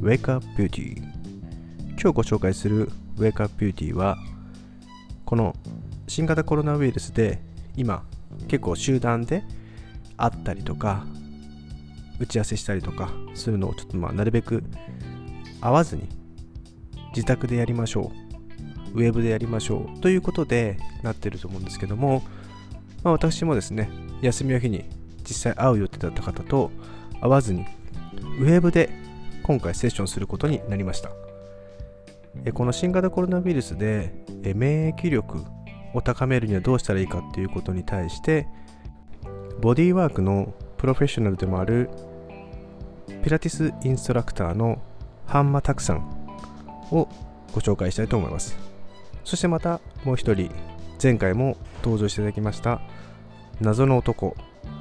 Wake Up Beauty。 今日ご紹介する Wake Up Beauty は、この新型コロナウイルスで今結構集団で会ったりとか打ち合わせしたりとかするのをちょっとなるべく会わずに自宅でやりましょう、ウェブでやりましょうということでなってると思うんですけども、私もですね、休みの日に実際会う予定だった方と会わずにウェブで今回セッションすることになりました。この新型コロナウイルスで免疫力を高めるにはどうしたらいいかっていうことに対して、ボディーワークのプロフェッショナルでもあるピラティスインストラクターの半間拓さんをご紹介したいと思います。そしてまたもう一人、前回も登場していただきました謎の男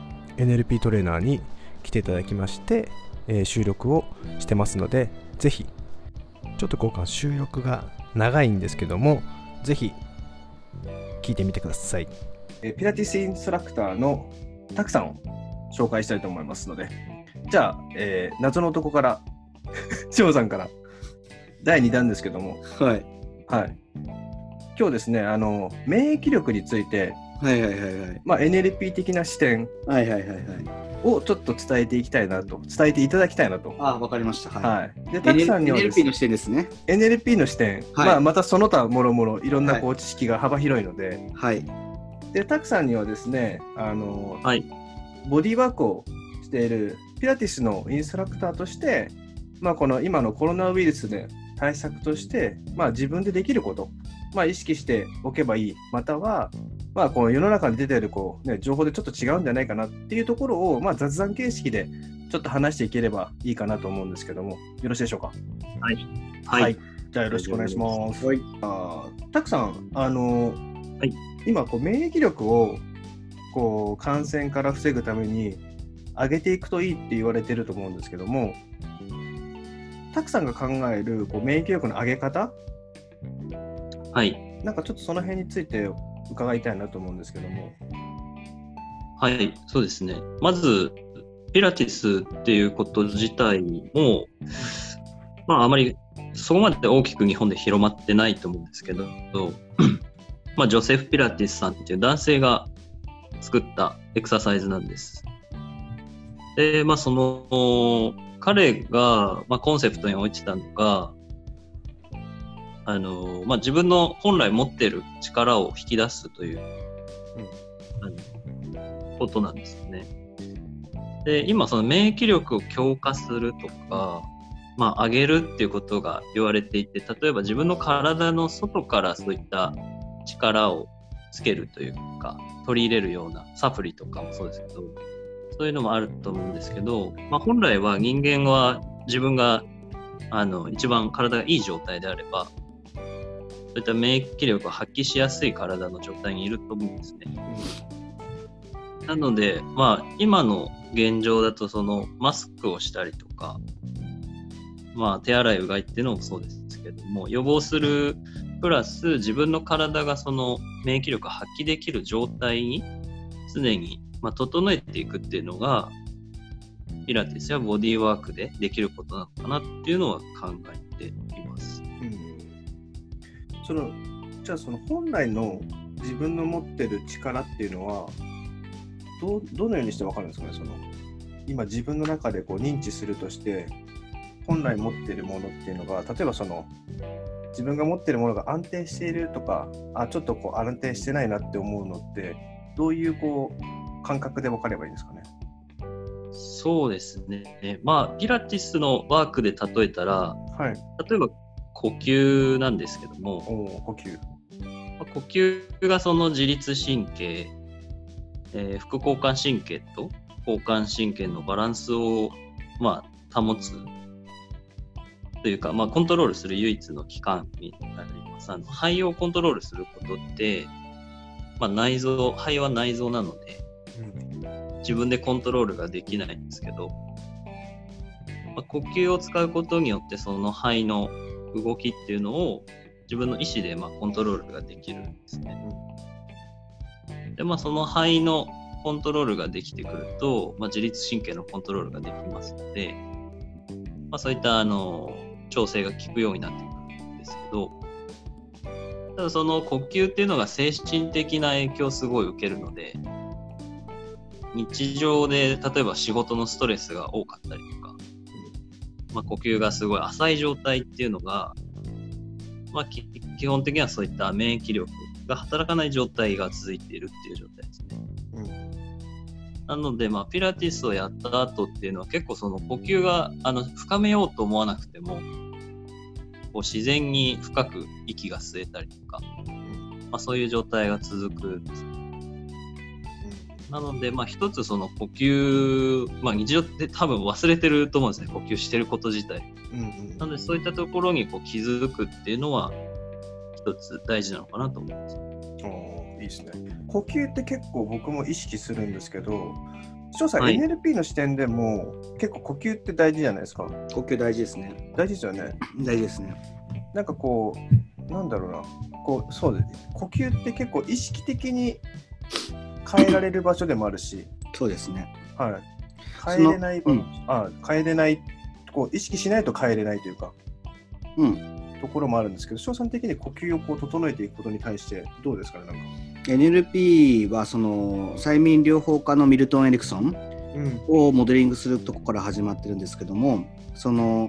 NLP トレーナーに来ていただきまして、収録をしてますので、ぜひちょっと収録が長いんですけども、ぜひ聞いてみてください。ピラティスインストラクターのたくさんを紹介したいと思いますので、じゃあ、謎の男から翔さんから第2弾ですけども、 はい、 今日ですね、免疫力について、NLP 的な視点をちょっと伝えていただきたいなと。 わかりました。 で、たくさんにはですね、 NLP の視点ですね。 NLP の視点、またその他もろもろいろんな知識が幅広いので、で、たくさんにはですね、ボディーワークをしているピラティスのインストラクターとして、この今のコロナウイルスで対策として、自分でできること、意識しておけばいい、または、この世の中に出ている情報でちょっと違うんじゃないかなっていうところを、雑談形式でちょっと話していければいいかなと思うんですけども、よろしいでしょうか。じゃあよろしくお願いします。たくさん、今免疫力を感染から防ぐために上げていくといいって言われてると思うんですけども、たくさんが考える免疫力の上げ方、なんかちょっとその辺について伺いたいなと思うんですけども。 そうですね。まずピラティスっていうこと自体も、あまりそこまで大きく日本で広まってないと思うんですけど、ジョセフ・ピラティスさんっていう男性が作ったエクササイズなんです。で、その彼が、コンセプトに置いてたのが、自分の本来持っている力を引き出すという、ことなんですよね。で、今その免疫力を強化するとか、上げるっていうことが言われていて、例えば自分の体の外からそういった力をつけるというか、取り入れるようなサプリとかもそうですけど、そういうのもあると思うんですけど、本来は人間は自分が一番体がいい状態であれば、そういった免疫力を発揮しやすい体の状態にいると思うんですね。なので、今の現状だとそのマスクをしたりとか、手洗いうがいっていうのもそうですけども、予防するプラス自分の体がその免疫力を発揮できる状態に常に整えていくっていうのがピラティスやボディーワークでできることなのかなっていうのは考えています。 じゃあその本来の自分の持ってる力っていうのはどのようにして分かるんですかね。今自分の中で認知するとして、本来持っているものっていうのが、例えば自分が持っているものが安定しているとか、ちょっと安定してないなって思うのって、どういう感覚で分かればいいんですかね。 そうですね。ピラティスのワークで例えたら、例えば呼吸なんですけども、呼吸がその自律神経、副交感神経と交感神経のバランスを保つというか、コントロールする唯一の器官になります。肺をコントロールすることって、肺は内臓なので、自分でコントロールができないんですけど、呼吸を使うことによってその肺の動きっていうのを自分の意思でコントロールができるんですね。で、その肺のコントロールができてくると、自律神経のコントロールができますので、 そういった調整が効くようになってくるんですけど、ただその呼吸っていうのが精神的な影響をすごい受けるので、日常で例えば仕事のストレスが多かったりとか、呼吸がすごい浅い状態っていうのが、基本的にはそういった免疫力が働かない状態が続いているっていう状態ですね。なので、ピラティスをやった後っていうのは結構その呼吸が深めようと思わなくてもこう自然に深く息が吸えたりとか、そういう状態が続くんです。なので、一つその呼吸、日常って多分忘れてると思うんですね、呼吸してること自体。なのでそういったところにこう気づくっていうのは一つ大事なのかなと思います。 いいですね。呼吸って結構僕も意識するんですけど、翔さん、NLP の視点でも結構呼吸って大事じゃないですか。 呼吸大事ですね。 大事ですよね。 大事ですね。 なんかこう、なんだろうな、そうです。呼吸って結構意識的に変えられる場所でもあるし、 そうですね。 はい。変えれない、変えれない、こう意識しないと変えれないというか、ところもあるんですけど、翔さん的に呼吸をこう整えていくことに対してどうですかね、なんか。 NLP はその催眠療法家のミルトン・エリクソンをモデリングするところから始まってるんですけども、その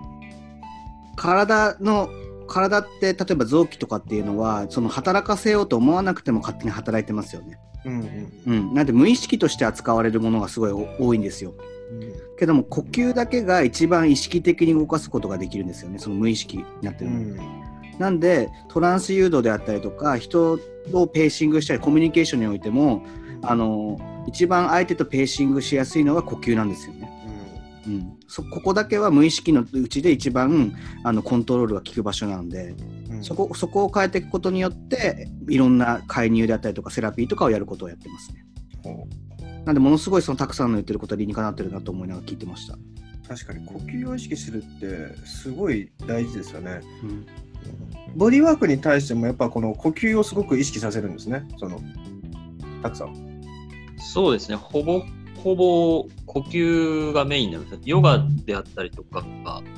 体って例えば臓器とかっていうのはその働かせようと思わなくても勝手に働いてますよね。なんで無意識として扱われるものがすごい多いんですよ。けども呼吸だけが一番意識的に動かすことができるんですよね、その無意識になってるの。なんでトランス誘導であったりとか人をペーシングしたりコミュニケーションにおいても一番相手とペーシングしやすいのが呼吸なんですよね。ここだけは無意識のうちで一番コントロールが効く場所なので、そこを変えていくことによっていろんな介入であったりとかセラピーとかをやることをやってますね。なんでものすごいそのたくさんの言ってることは理にかなってるなと思いながら聞いてました。 確かに呼吸を意識するってすごい大事ですよね。ボディワークに対してもやっぱこの呼吸をすごく意識させるんですね、そのたくさん。 そうですね、ほぼ呼吸がメインなんです。ヨガであったりとか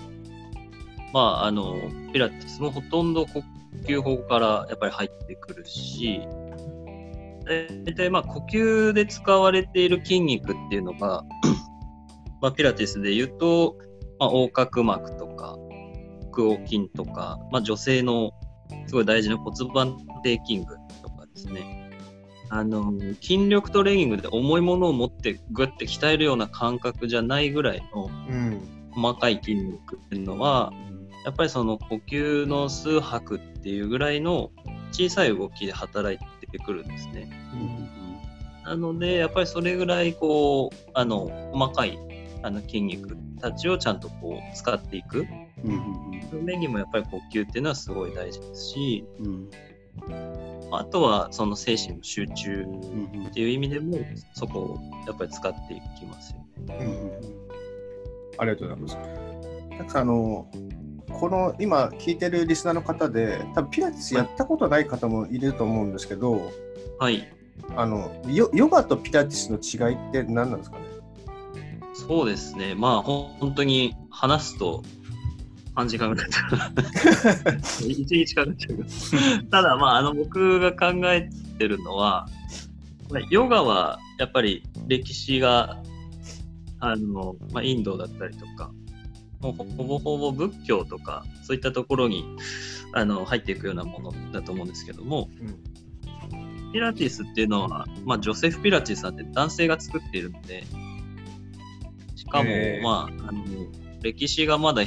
ピラティスもほとんど呼吸法からやっぱり入ってくるし、で呼吸で使われている筋肉っていうのがピラティスで言うと、横隔膜とか腹横筋とか、女性のすごい大事な骨盤底筋群とかですね、筋力トレーニングで重いものを持ってグッて鍛えるような感覚じゃないぐらいの細かい筋肉っていうのは、やっぱりその呼吸の数拍っていうぐらいの小さい動きで働いてくるんですね。なのでやっぱりそれぐらいこう細かい筋肉たちをちゃんとこう使っていくためにもやっぱり呼吸っていうのはすごい大事ですし、あとはその精神の集中っていう意味でもそこをやっぱり使っていきますよね。 ありがとうございます。たくさんこの今聞いてるリスナーの方で多分ピラティスやったことない方もいると思うんですけど、 はい。 ヨガとピラティスの違いって何なんですかね。 そうですね、本当に話すと3時間ぐらい1日かかっちゃうけどただ僕が考えてるのはヨガはやっぱり歴史がインドだったりとかもうほぼほぼ仏教とかそういったところに入っていくようなものだと思うんですけども、ピラティスっていうのは、ジョセフ・ピラティスさんって男性が作っているので、しかも歴史がまだ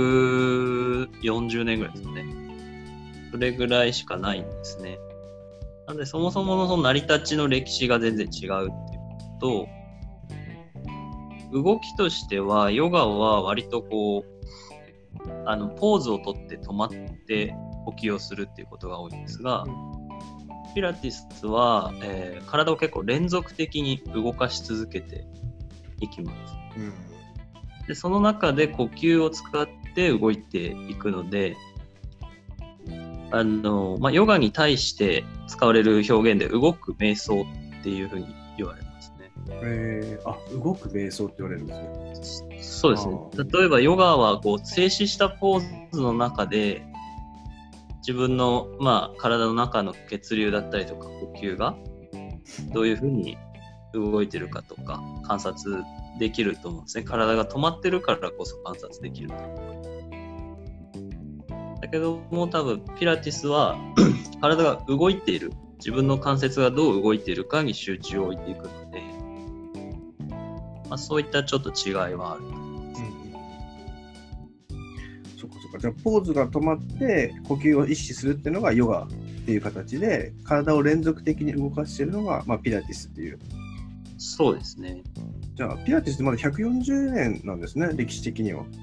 140年ぐらいですよね。それぐらいしかないんですね。なのでそもそものその成り立ちの歴史が全然違うっていうことと、動きとしてはヨガは割とこうポーズをとって止まって呼吸をするっていうことが多いんですが、ピラティスは、体を結構連続的に動かし続けていきます。でその中で呼吸を使って動いていくので、ヨガに対して使われる表現で動く瞑想っていうふうに言われますね。 動く瞑想って言われるんですね。 そうですね。例えばヨガはこう静止したポーズの中で自分の、体の中の血流だったりとか呼吸がどういうふうに動いてるかとか観察できると思うんですね。体が止まってるからこそ観察できると。だけども多分ピラティスは体が動いている、自分の関節がどう動いているかに集中を置いていくので、そういったちょっと違いはあると思います。 そっか。じゃあポーズが止まって呼吸を意識するっていうのがヨガっていう形で、体を連続的に動かしているのが、ピラティスっていう。 そうですね。 じゃあピラティスってまだ140年なんですね、歴史的には。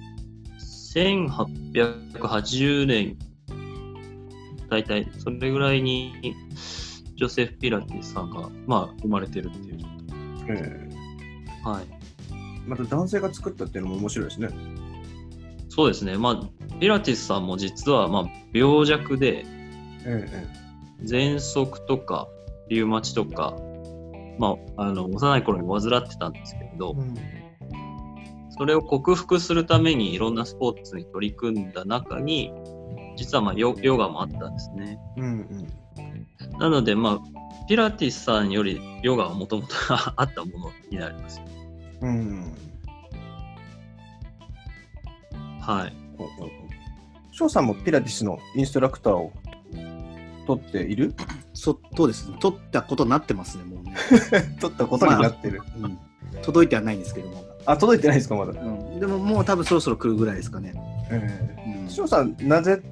1880年だいたいそれぐらいにジョセフ・ピラティスさんが、生まれてるっていう。はい。 また男性が作ったっていうのも面白いですね。 そうですね。ピラティスさんも実は病弱で、喘息とかリウマチとか、幼い頃に患ってたんですけれど、それを克服するためにいろんなスポーツに取り組んだ中に、実はヨガもあったんですね。なので、ピラティスさんよりヨガはもともとあったものになります。はい。 翔さんもピラティスのインストラクターを取っている？ そうですね。取ったことになってますね、もうね。 取ったことになってる。 届いてはないんですけども。 届いてないですか、まだ。 でももう多分そろそろ来るぐらいですかね。 翔さん、なぜ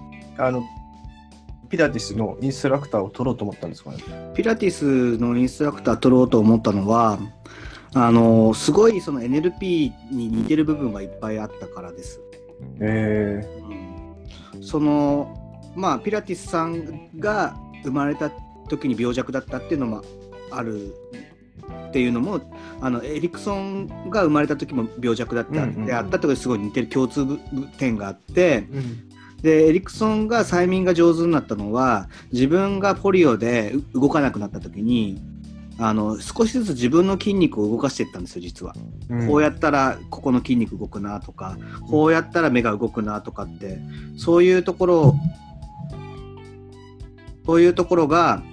ピラティスのインストラクターを取ろうと思ったんですかね？ ピラティスのインストラクター取ろうと思ったのは、すごいその NLP に似てる部分がいっぱいあったからです。ピラティスさんが生まれた時に病弱だったっていうのもあるっていうのも、エリクソンが生まれた時も病弱だったであったとかすごい似てる共通点があって、でエリクソンが催眠が上手になったのは、自分がポリオで動かなくなった時に少しずつ自分の筋肉を動かしていったんですよ、実は。こうやったらここの筋肉動くなとか、こうやったら目が動くなとかって、そういうところが、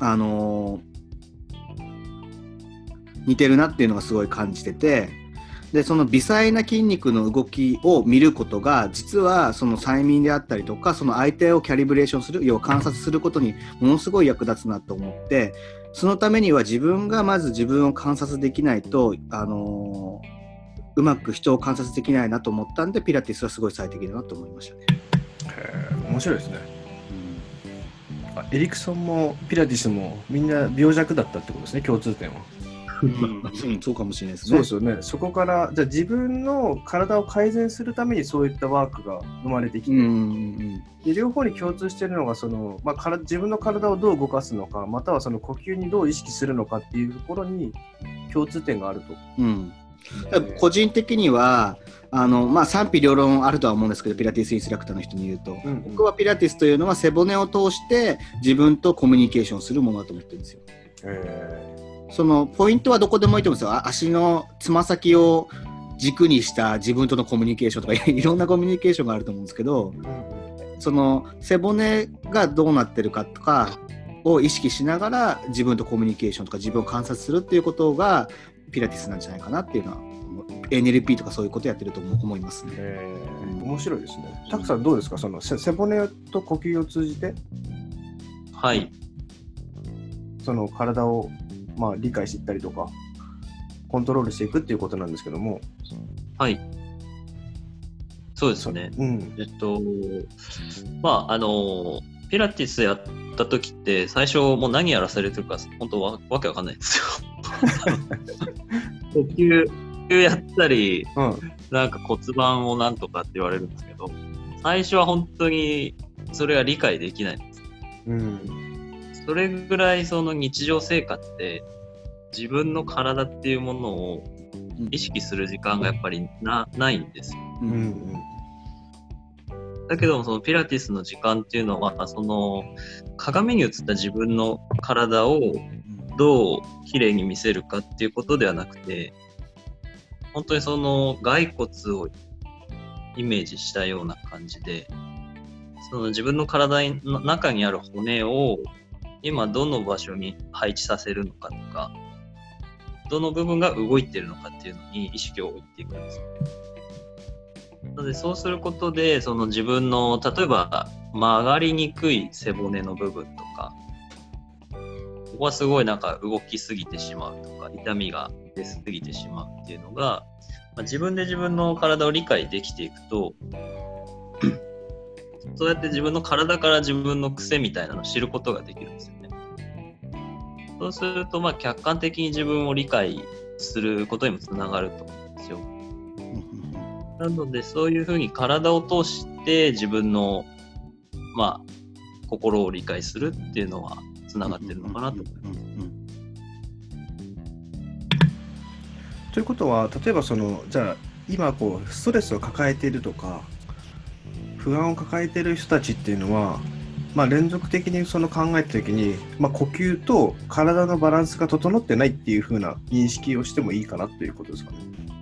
似てるなっていうのがすごい感じてて、でその微細な筋肉の動きを見ることが、実はその催眠であったりとか、その相手をキャリブレーションする、要は観察することにものすごい役立つなと思って、そのためには自分がまず自分を観察できないと、うまく人を観察できないなと思ったんで、ピラティスはすごい最適だなと思いましたね。 面白いですね。エリクソンもピラティスもみんな病弱だったってことですね、共通点は。 そうかもしれないですね。 そうですよね。そこからじゃあ自分の体を改善するためにそういったワークが生まれてきて、で両方に共通しているのが自分の体をどう動かすのか、またはその呼吸にどう意識するのかっていうところに共通点があると。 個人的には賛否両論あるとは思うんですけど、ピラティスインストラクターの人に言うと、僕はピラティスというのは背骨を通して自分とコミュニケーションするものだと思ってるんですよ。そのポイントはどこでもいいと思うんですよ。足のつま先を軸にした自分とのコミュニケーションとかいろんなコミュニケーションがあると思うんですけど、その背骨がどうなってるかとかを意識しながら自分とコミュニケーションとか自分を観察するっていうことがピラティスなんじゃないかなっていうのは NLP とかそういうことやってると思いますね。 面白いですね。たくさんどうですか、その背骨と呼吸を通じて、その体を理解していったりとかコントロールしていくっていうことなんですけども。 そうですね。ピラティスやった時って最初もう何やらされてるか本当わけわかんないんですよ。呼吸やったり、なんか骨盤をなんとかって言われるんですけど、最初は本当にそれが理解できないんです。それぐらいその日常生活で自分の体っていうものを意識する時間がやっぱりないんですよ。だけどもそのピラティスの時間っていうのは、その鏡に映った自分の体をどう綺麗に見せるかっていうことではなくて、本当にその骸骨をイメージしたような感じで、その自分の体の中にある骨を今どの場所に配置させるのかとか、どの部分が動いてるのかっていうのに意識を置いていくんですよ。なのでそうすることで、その自分の例えば曲がりにくい背骨の部分とか、ここはすごいなんか動きすぎてしまうとか、痛みが出すぎてしまうっていうのが、自分で自分の体を理解できていくと、そうやって自分の体から自分の癖みたいなのを知ることができるんですよね。そうすると、客観的に自分を理解することにもつながると思うんですよ。なので、そういうふうに体を通して自分の、心を理解するっていうのはつながってるのかなと思います。 ということは、例えばじゃあ今ストレスを抱えているとか不安を抱えている人たちっていうのは、連続的に考えた時に、呼吸と体のバランスが整ってないっていう風な認識をしてもいいかなということですかね。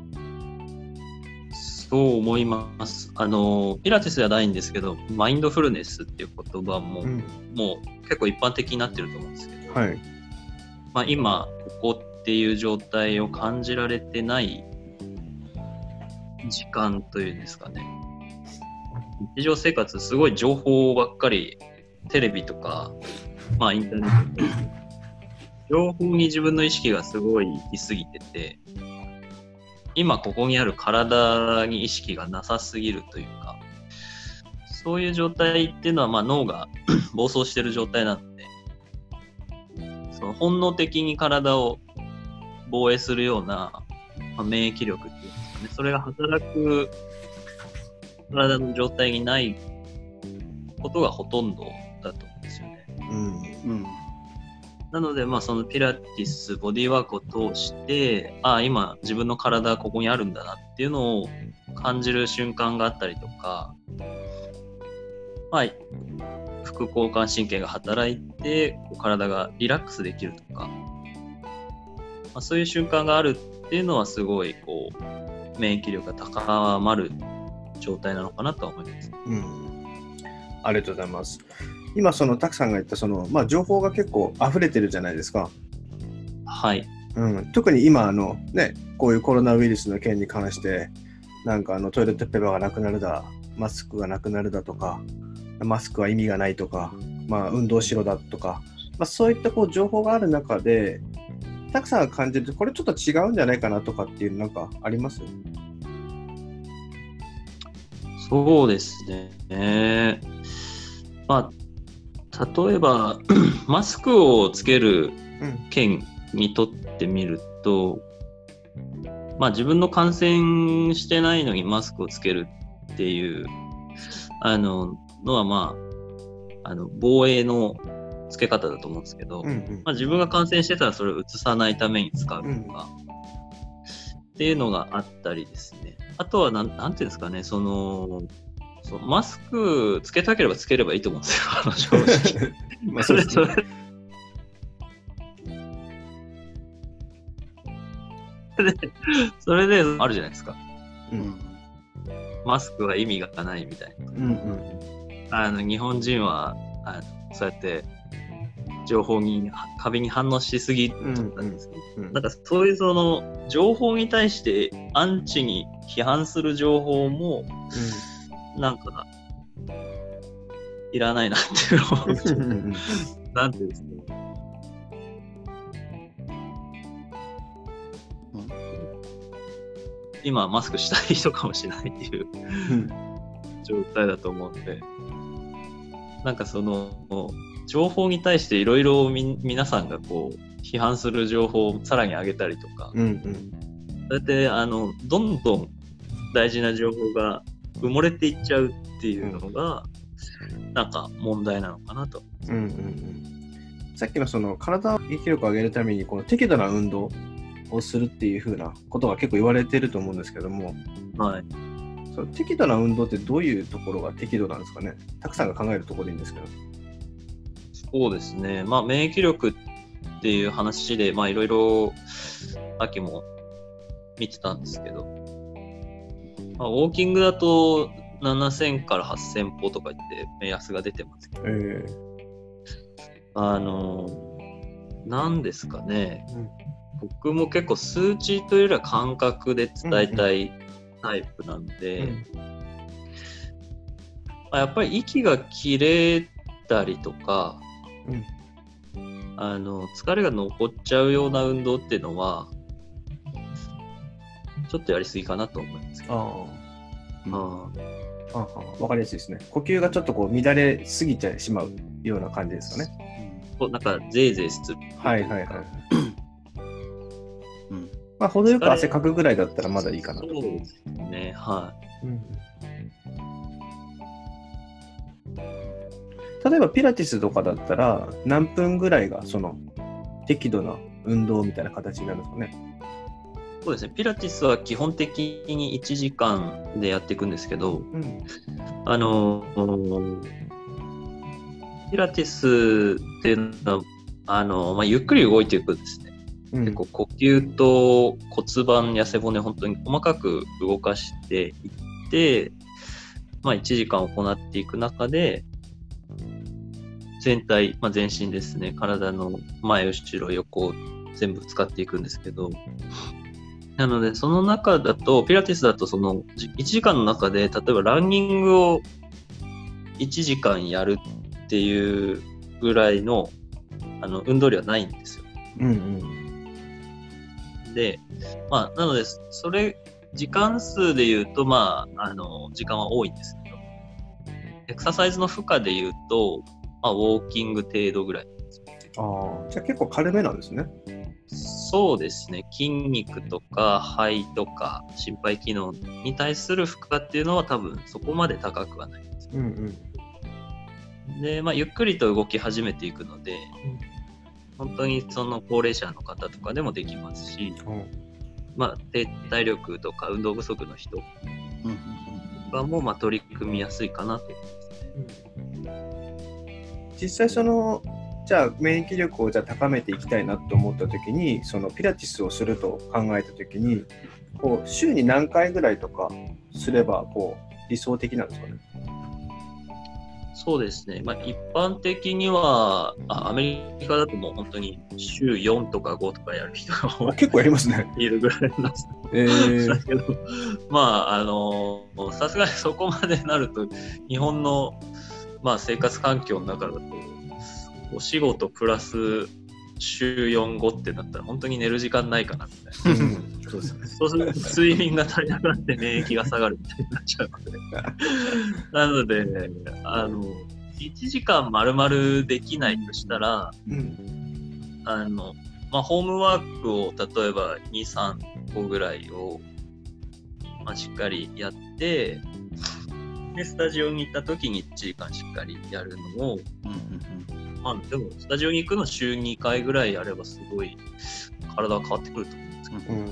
そう思います。ピラティスではないんですけど、マインドフルネスっていう言葉も、もう結構一般的になってると思うんですけど、 はい。 今ここっていう状態を感じられてない時間というんですかね。日常生活すごい情報ばっかり、テレビとか、インターネットとか、情報に自分の意識がすごい行き過ぎてて、今ここにある体に意識がなさすぎるというか、そういう状態っていうのは脳が暴走してる状態なので、その本能的に体を防衛するような、免疫力っていうんですかね、それが働く体の状態にないことがほとんどだと思うんですよね。なので、そのピラティス、ボディーワークを通して、今自分の体はここにあるんだなっていうのを感じる瞬間があったりとか、副交感神経が働いて体がリラックスできるとか、そういう瞬間があるっていうのはすごい免疫力が高まる状態なのかなとは思います。 ありがとうございます。今タクさんが言った情報が結構溢れてるじゃないですか。 はい。 特に今こういうコロナウイルスの件に関してなんかトイレットペーパーがなくなるだ、マスクがなくなるだとか、マスクは意味がないとか、運動しろだとか、そういった情報がある中でタクさんが感じるとこれちょっと違うんじゃないかなとかっていうなんかあります？ そうですね。例えばマスクをつける件にとってみると、自分の感染してないのにマスクをつけるっていうのは防衛のつけ方だと思うんですけど、自分が感染してたらそれを移さないために使うとか、っていうのがあったりですね。あとはなんていうんですかね、マスクつけたければつければいいと思うんですよ、正直。 そうですね。 それであるじゃないですか。マスクは意味がないみたいな。日本人はそうやって情報に過敏に反応しすぎとかですね。なんかそういう情報に対してアンチに批判する情報も、なんかいらないなっていうのをなんていうんですか、今マスクしたい人かもしれないっていう状態だと思うんで、なんか情報に対していろいろ皆さんが批判する情報をさらに上げたりとか、そうやってどんどん大事な情報が埋もれていっちゃうっていうのが、なんか問題なのかなと。 さっきの体の免疫力を上げるために適度な運動をするっていう風なことが結構言われてると思うんですけども、適度な運動ってどういうところが適度なんですかね。たくさんが考えるところでいいんですけど。 そうですね。免疫力っっていう話で、まあいろいろ秋も見てたんですけど、まあ、ウォーキングだと7000から8000歩とか言って目安が出てますけど、なんですかね、僕も結構数値というよりは感覚で伝えたいタイプなんで、やっぱり息が切れたりとか、疲れが残っちゃうような運動っていうのはちょっとやりすぎかなと思いますけど。 わかりやすいですね。呼吸がちょっとこう乱れすぎてしまうような感じですかね。 なんかゼーゼーする。 まあ程よく汗かくぐらいだったらまだいいかなと。 そうですね。はい。 例えばピラティスとかだったら何分ぐらいがその適度な運動みたいな形になるんですかね。 そうですね。ピラティスは基本的に1時間でやっていくんですけど、ピラティスっていうのは、ゆっくり動いていくんですね。結構呼吸と骨盤、痩せ骨、本当に細かく動かしていって、1時間行っていく中で、全体、全身ですね、体の前、後ろ、横、全部使っていくんですけど、なので、その中だと、ピラティスだと、その1時間の中で、例えばランニングを1時間やるっていうぐらいの、運動量はないんですよ。で、なので、時間数で言うと、時間は多いんですけど、エクササイズの負荷で言うと、ウォーキング程度ぐらいです。 じゃあ結構軽めなんですね。 そうですね。筋肉とか肺とか心肺機能に対する負荷っていうのは多分そこまで高くはないです。で、ゆっくりと動き始めていくので、本当にその高齢者の方とかでもできますし、低体力とか運動不足の人とかも取り組みやすいかなと思いますね。 実際じゃあ免疫力を高めていきたいなと思った時に、そのピラティスをすると考えた時に、こう週に何回ぐらいとかすれば理想的なんですかね。 そうですね。一般的にはアメリカだともう本当に週4とか5とかやる人が結構やりますね。 いるぐらいなんですだけど、さすがにそこまでなると日本の生活環境の中だとお仕事プラス週4、5ってなったら本当に寝る時間ないかなみたいな。そうすると睡眠が足りなくなって免疫が下がるみたいになっちゃうので。なので、1時間丸々できないとしたら、ホームワークを例えば2、3個ぐらいを、しっかりやって、で、スタジオに行った時に1時間しっかりやるのを、でも、スタジオに行くの週2回ぐらいやればすごい体は変わってくると思うんですけ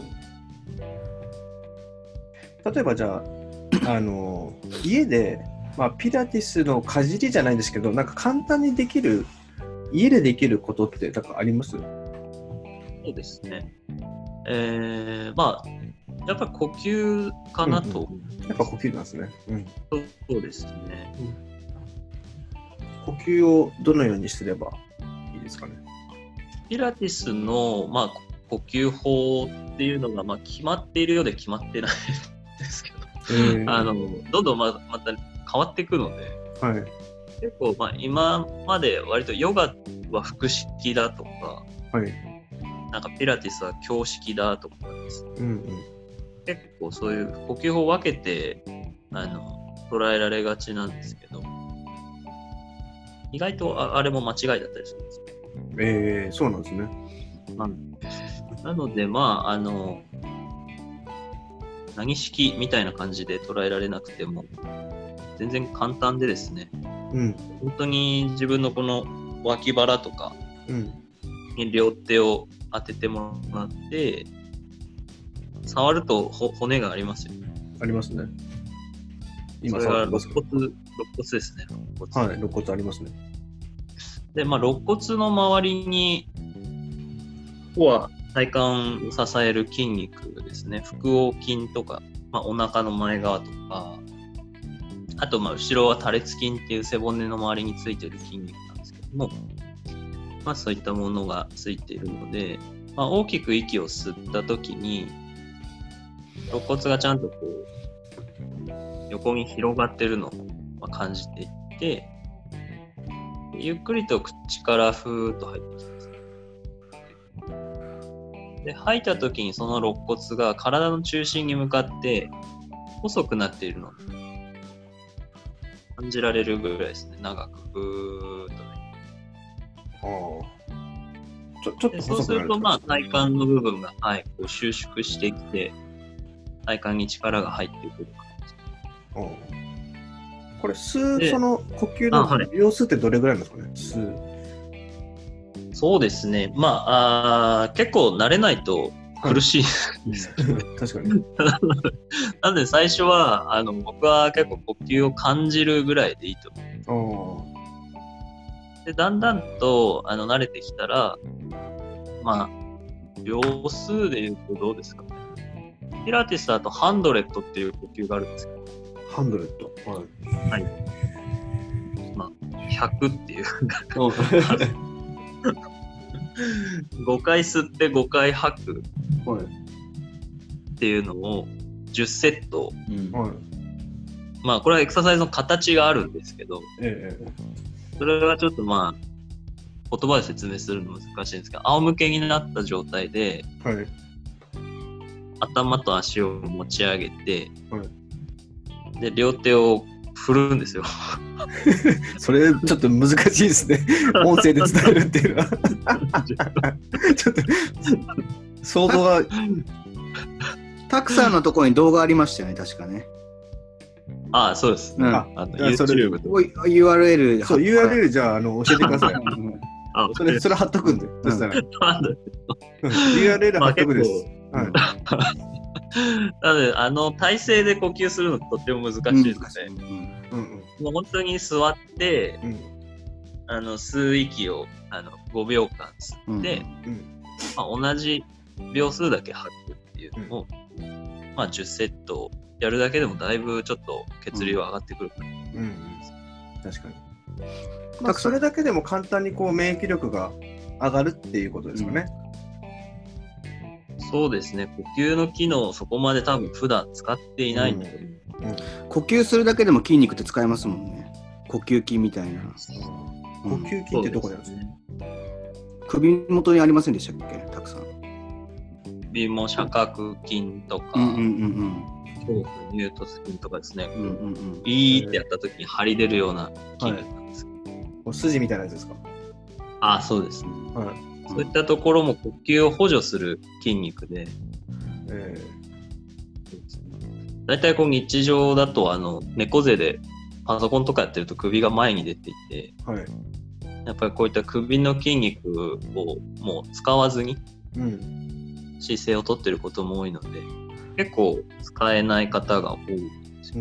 ど。例えばじゃあ、家で、ピラティスのかじりじゃないんですけど、なんか簡単にできる、家でできることってあります？ そうですね。やっぱり呼吸かなと。 やっぱ呼吸なんですね。 そうですね。 呼吸をどのようにすればいいですかね。 ピラティスの、呼吸法っていうのが、決まっているようで決まってないんですけど、どんどんまた変わっていくので、結構、今まで割とヨガは腹式だとか、なんかピラティスは胸式だとかですね、結構そういう呼吸法を分けて捉えられがちなんですけど、意外とあれも間違いだったりするんですよ。 そうなんですね。 なので、何式みたいな感じで捉えられなくても、全然簡単でですね、本当に自分のこの脇腹とかに両手を当ててもらって、触ると骨がありますよね。 ありますね。 今それは肋骨ですね。 肋骨ありますね。 で、肋骨の周りにこは体幹を支える筋肉ですね。腹横筋とか、お腹の前側とか、あと後ろは多裂筋っていう背骨の周りについてる筋肉なんですけども、そういったものがついているので、大きく息を吸った時に肋骨がちゃんとこう横に広がってるのを感じていって、ゆっくりと口からふーっと入ってきます。で、吐いた時にその肋骨が体の中心に向かって細くなっているのを感じられるぐらいですね。長くふーっとね。 ちょっと細くなる。 そうすると体幹の部分が、こう収縮してきて体幹に力が入ってくる感じ。 これその呼吸の秒数ってどれぐらいなんですかね？ そうですね。結構慣れないと苦しいです、 確かに。 なので最初は僕は結構呼吸を感じるぐらいでいいと思う。で、だんだんと慣れてきたら、秒数で言うとどうですかね。ピラティスだとハンドレットっていう呼吸があるんですけど。 ハンドレット。 はい。100っていう。5回吸って5回吐くっていうのを10セット、これはエクササイズの形があるんですけど、それはちょっと言葉で説明するの難しいんですけど、仰向けになった状態で、頭と足を持ち上げて、で両手を振るんですよ。 それちょっと難しいですね。音声で伝えるっていうのはちょっと想像が。 たくさんのところに動画ありましたよね、確かね。 そうです。YouTube と URL。 そう、URL じゃあ教えてください。それ貼っとくんで。そしたら URL 貼っとくです。 なので体勢で呼吸するのとっても難しいですね。もう本当に座って、吸う息を5秒間吸って、同じ秒数だけ吐くっていうのを、10セットやるだけでもだいぶちょっと血流は上がってくるかなと思います。 確かに。それだけでも簡単にこう免疫力が上がるっていうことですかね。 そうですね。呼吸の機能をそこまで多分普段使っていないので、 呼吸するだけでも筋肉って使えますもんね。呼吸筋みたいな。 呼吸筋ってどこにあるんですか？ 首元にありませんでしたっけ？たくさん。 首も斜角筋とか、胸突筋とかですね。ビーってやった時に張り出るような筋肉なんですけど。 筋みたいなやつですか？ そうですね。そういったところも呼吸を補助する筋肉で、だいたい日常だと猫背でパソコンとかやってると首が前に出ていて、やっぱりこういった首の筋肉をもう使わずに姿勢をとってることも多いので、結構使えない方が多いんですよ。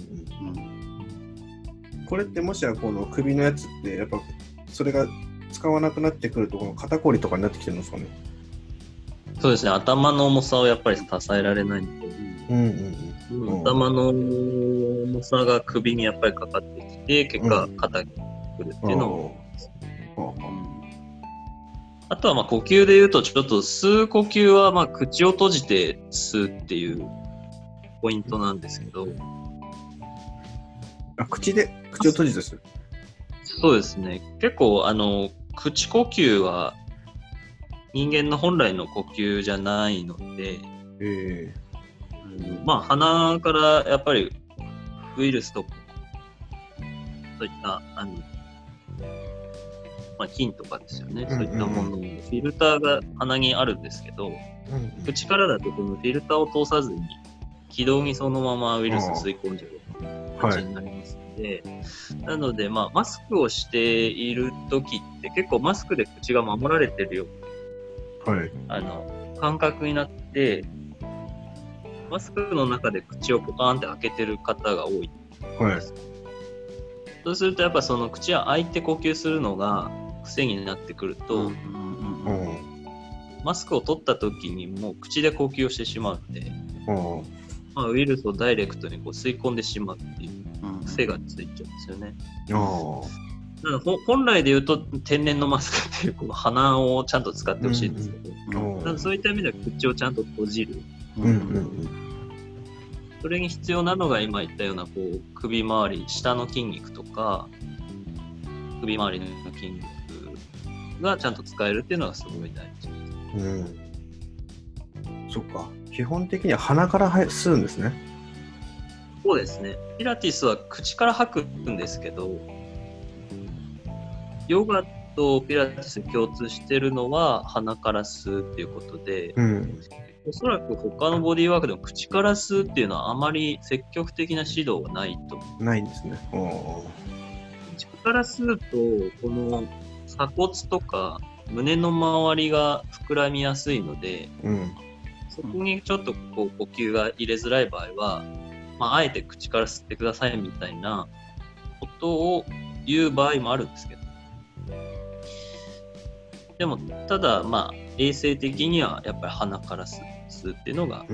これってもしはこの首のやつってやっぱそれが使わなくなってくるとこの肩こりとかになってきてるんですかね？ そうですね。頭の重さをやっぱり支えられないので、頭の重さが首にやっぱりかかってきて、結果肩にくるっていうのも、あとは呼吸でいうとちょっと吸う呼吸は口を閉じて吸うっていうポイントなんですけど、 口を閉じて吸う。 そうですね。結構口呼吸は人間の本来の呼吸じゃないので、鼻からやっぱりウイルスとかそういった菌とかですよね。そういったもののフィルターが鼻にあるんですけど、口からだとこのフィルターを通さずに気道にそのままウイルスを吸い込んじゃう形になりますので、なのでマスクをしている時って結構マスクで口が守られてるような、感覚になって、マスクの中で口をポカーンって開けてる方が多いです。そうするとやっぱその口が開いて呼吸するのが癖になってくると、 マスクを取った時にもう口で呼吸をしてしまうんで、まあ、ウイルスをダイレクトにこう吸い込んでしまうっていう癖がついちゃうんですよね。だから本来で言うと天然のマスクっていうこの鼻をちゃんと使ってほしいんですけど、そういった意味では口をちゃんと閉じる。それに必要なのが今言ったようなこう首周り、下の筋肉とか首周りの筋肉がちゃんと使えるっていうのがすごい大事。 そっか。基本的には鼻から吸うんですね。 そうですね。ピラティスは口から吐くんですけど、ヨガとピラティス共通してるのは鼻から吸うっていうことで、おそらく他のボディーワークでも口から吸うっていうのはあまり積極的な指導はないと。 ないんですね。 口から吸うと、この鎖骨とか胸の周りが膨らみやすいので、そこにちょっとこう呼吸が入れづらい場合は、あえて口から吸ってくださいみたいなことを言う場合もあるんですけど、でもただ衛生的にはやっぱり鼻から吸うっていうのが、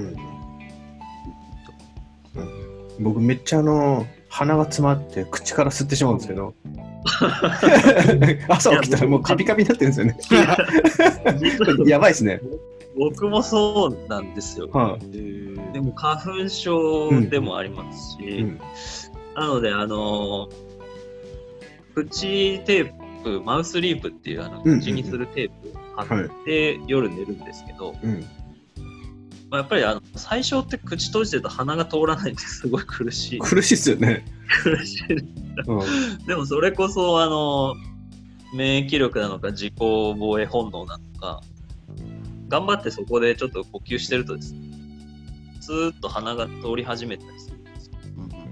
僕めっちゃ鼻が詰まって口から吸ってしまうんですけど朝起きたらもうカピカピになってるんですよねやばいですね。 僕もそうなんですよ、でも花粉症でもありますし、なので口テープ、マウスリープっていう口にするテープを貼って夜寝るんですけど、やっぱり最初って口閉じてると鼻が通らないんですごい苦しいっすよね。 苦しい、でもそれこそ免疫力なのか自己防衛本能なのか頑張ってそこでちょっと呼吸してるとですね、スーッと鼻が通り始めたりするんですよ。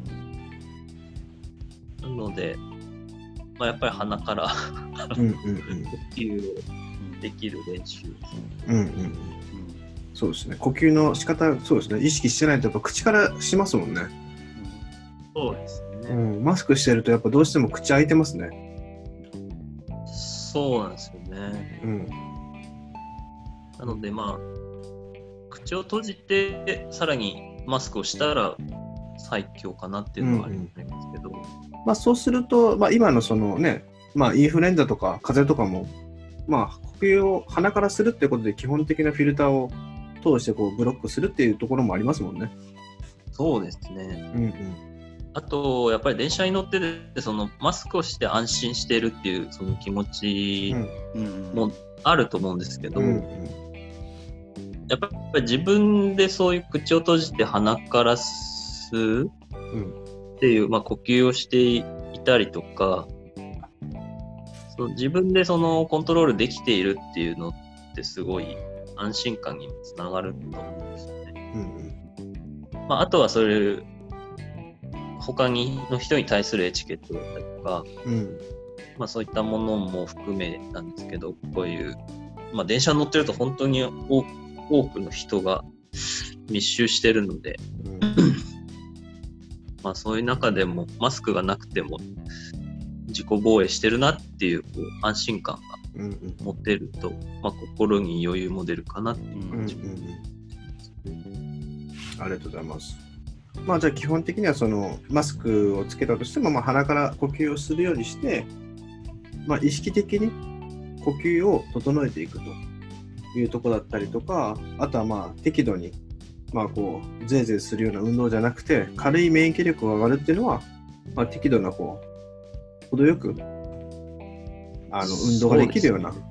なので、やっぱり鼻から呼吸をできる練習ですね。 そうですね。呼吸の仕方、そうですね。意識してないとやっぱ口からしますもんね。 そうですね。 マスクしてるとやっぱどうしても口開いてますね。 そうなんですよね。なので口を閉じてさらにマスクをしたら最強かなっていうのはありますけど、 そうすると、今のそのね、インフルエンザとか風邪とかも呼吸を鼻からするってことで基本的なフィルターを通してこうブロックするっていうところもありますもんね。 そうですね。あとやっぱり電車に乗っててそのマスクをして安心しているっていうその気持ちもあると思うんですけど、やっぱり自分でそういう口を閉じて鼻から吸うっていう、呼吸をしていたりとか、自分でそのコントロールできているっていうのってすごい安心感につながると思うんですよね。あとはそういう他の人に対するエチケットだったりとか、そういったものも含めなんですけど、こういう、電車に乗ってると本当に多くの人が密集してるので、そういう中でもマスクがなくても自己防衛してるなっていう、安心感が持てると、心に余裕も出るかなっていう感じ。 ありがとうございます。じゃあ基本的にはそのマスクをつけたとしても、鼻から呼吸をするようにして、意識的に呼吸を整えていくというところだったりとか、あとは適度にこうゼーゼーするような運動じゃなくて軽い免疫力が上がるっていうのは、適度なこう程よく運動ができるような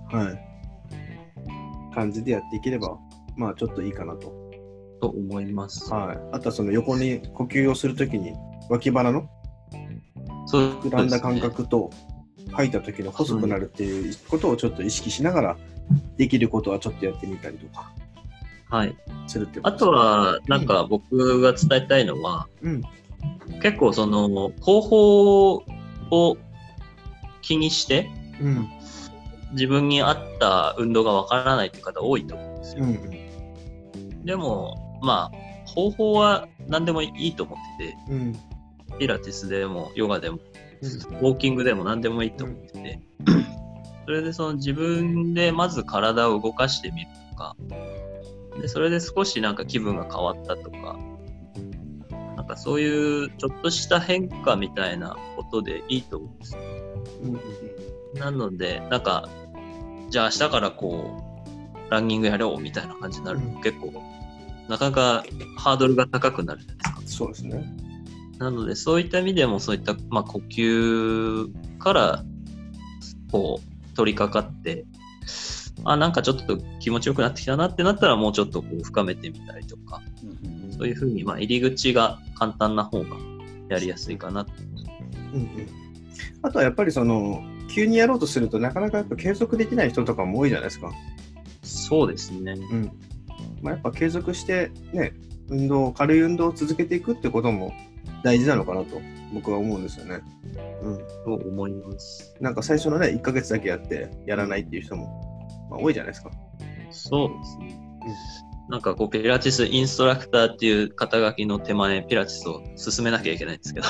感じでやっていければちょっといいかなと思います。 あとはその横に呼吸をするときに脇腹の膨らんだ感覚と吐いた時の細くなるっていうことをちょっと意識しながらできることはちょっとやってみたりとかするってことですね。あとは僕が伝えたいのは、結構その方法を気にして、自分に合った運動がわからないという方多いと思うんですよ。でも方法は何でもいいと思ってて、ピラティスでもヨガでもウォーキングでも何でもいいと思ってて、 それでその自分でまず体を動かしてみるとか、でそれで少しなんか気分が変わったとか、なんかそういうちょっとした変化みたいなことでいいと思うんですよ。なので、なんか、じゃあ明日からこう、ランニングやろうみたいな感じになると、結構、なかなかハードルが高くなるじゃないですか。 そうですね。 なので、そういった意味でも、そういった、まあ、呼吸から、こう、取り掛かって、なんかちょっと気持ちよくなってきたなってなったら、もうちょっとこう深めてみたりとか、そういうふうに、まあ、入り口が簡単な方がやりやすいかなと。 あとはやっぱり急にやろうとするとなかなかやっぱ継続できない人とかも多いじゃないですか。 そうですね。 やっぱ継続してね、軽い運動を続けていくってことも大事なのかなと僕は思うんですよね。 そう思います。 なんか最初のね、1ヶ月だけやってやらないっていう人も、多いじゃないですか。 そうですね。なんかこうピラティスインストラクターっていう肩書きの手前、ピラティスを進めなきゃいけないんですけど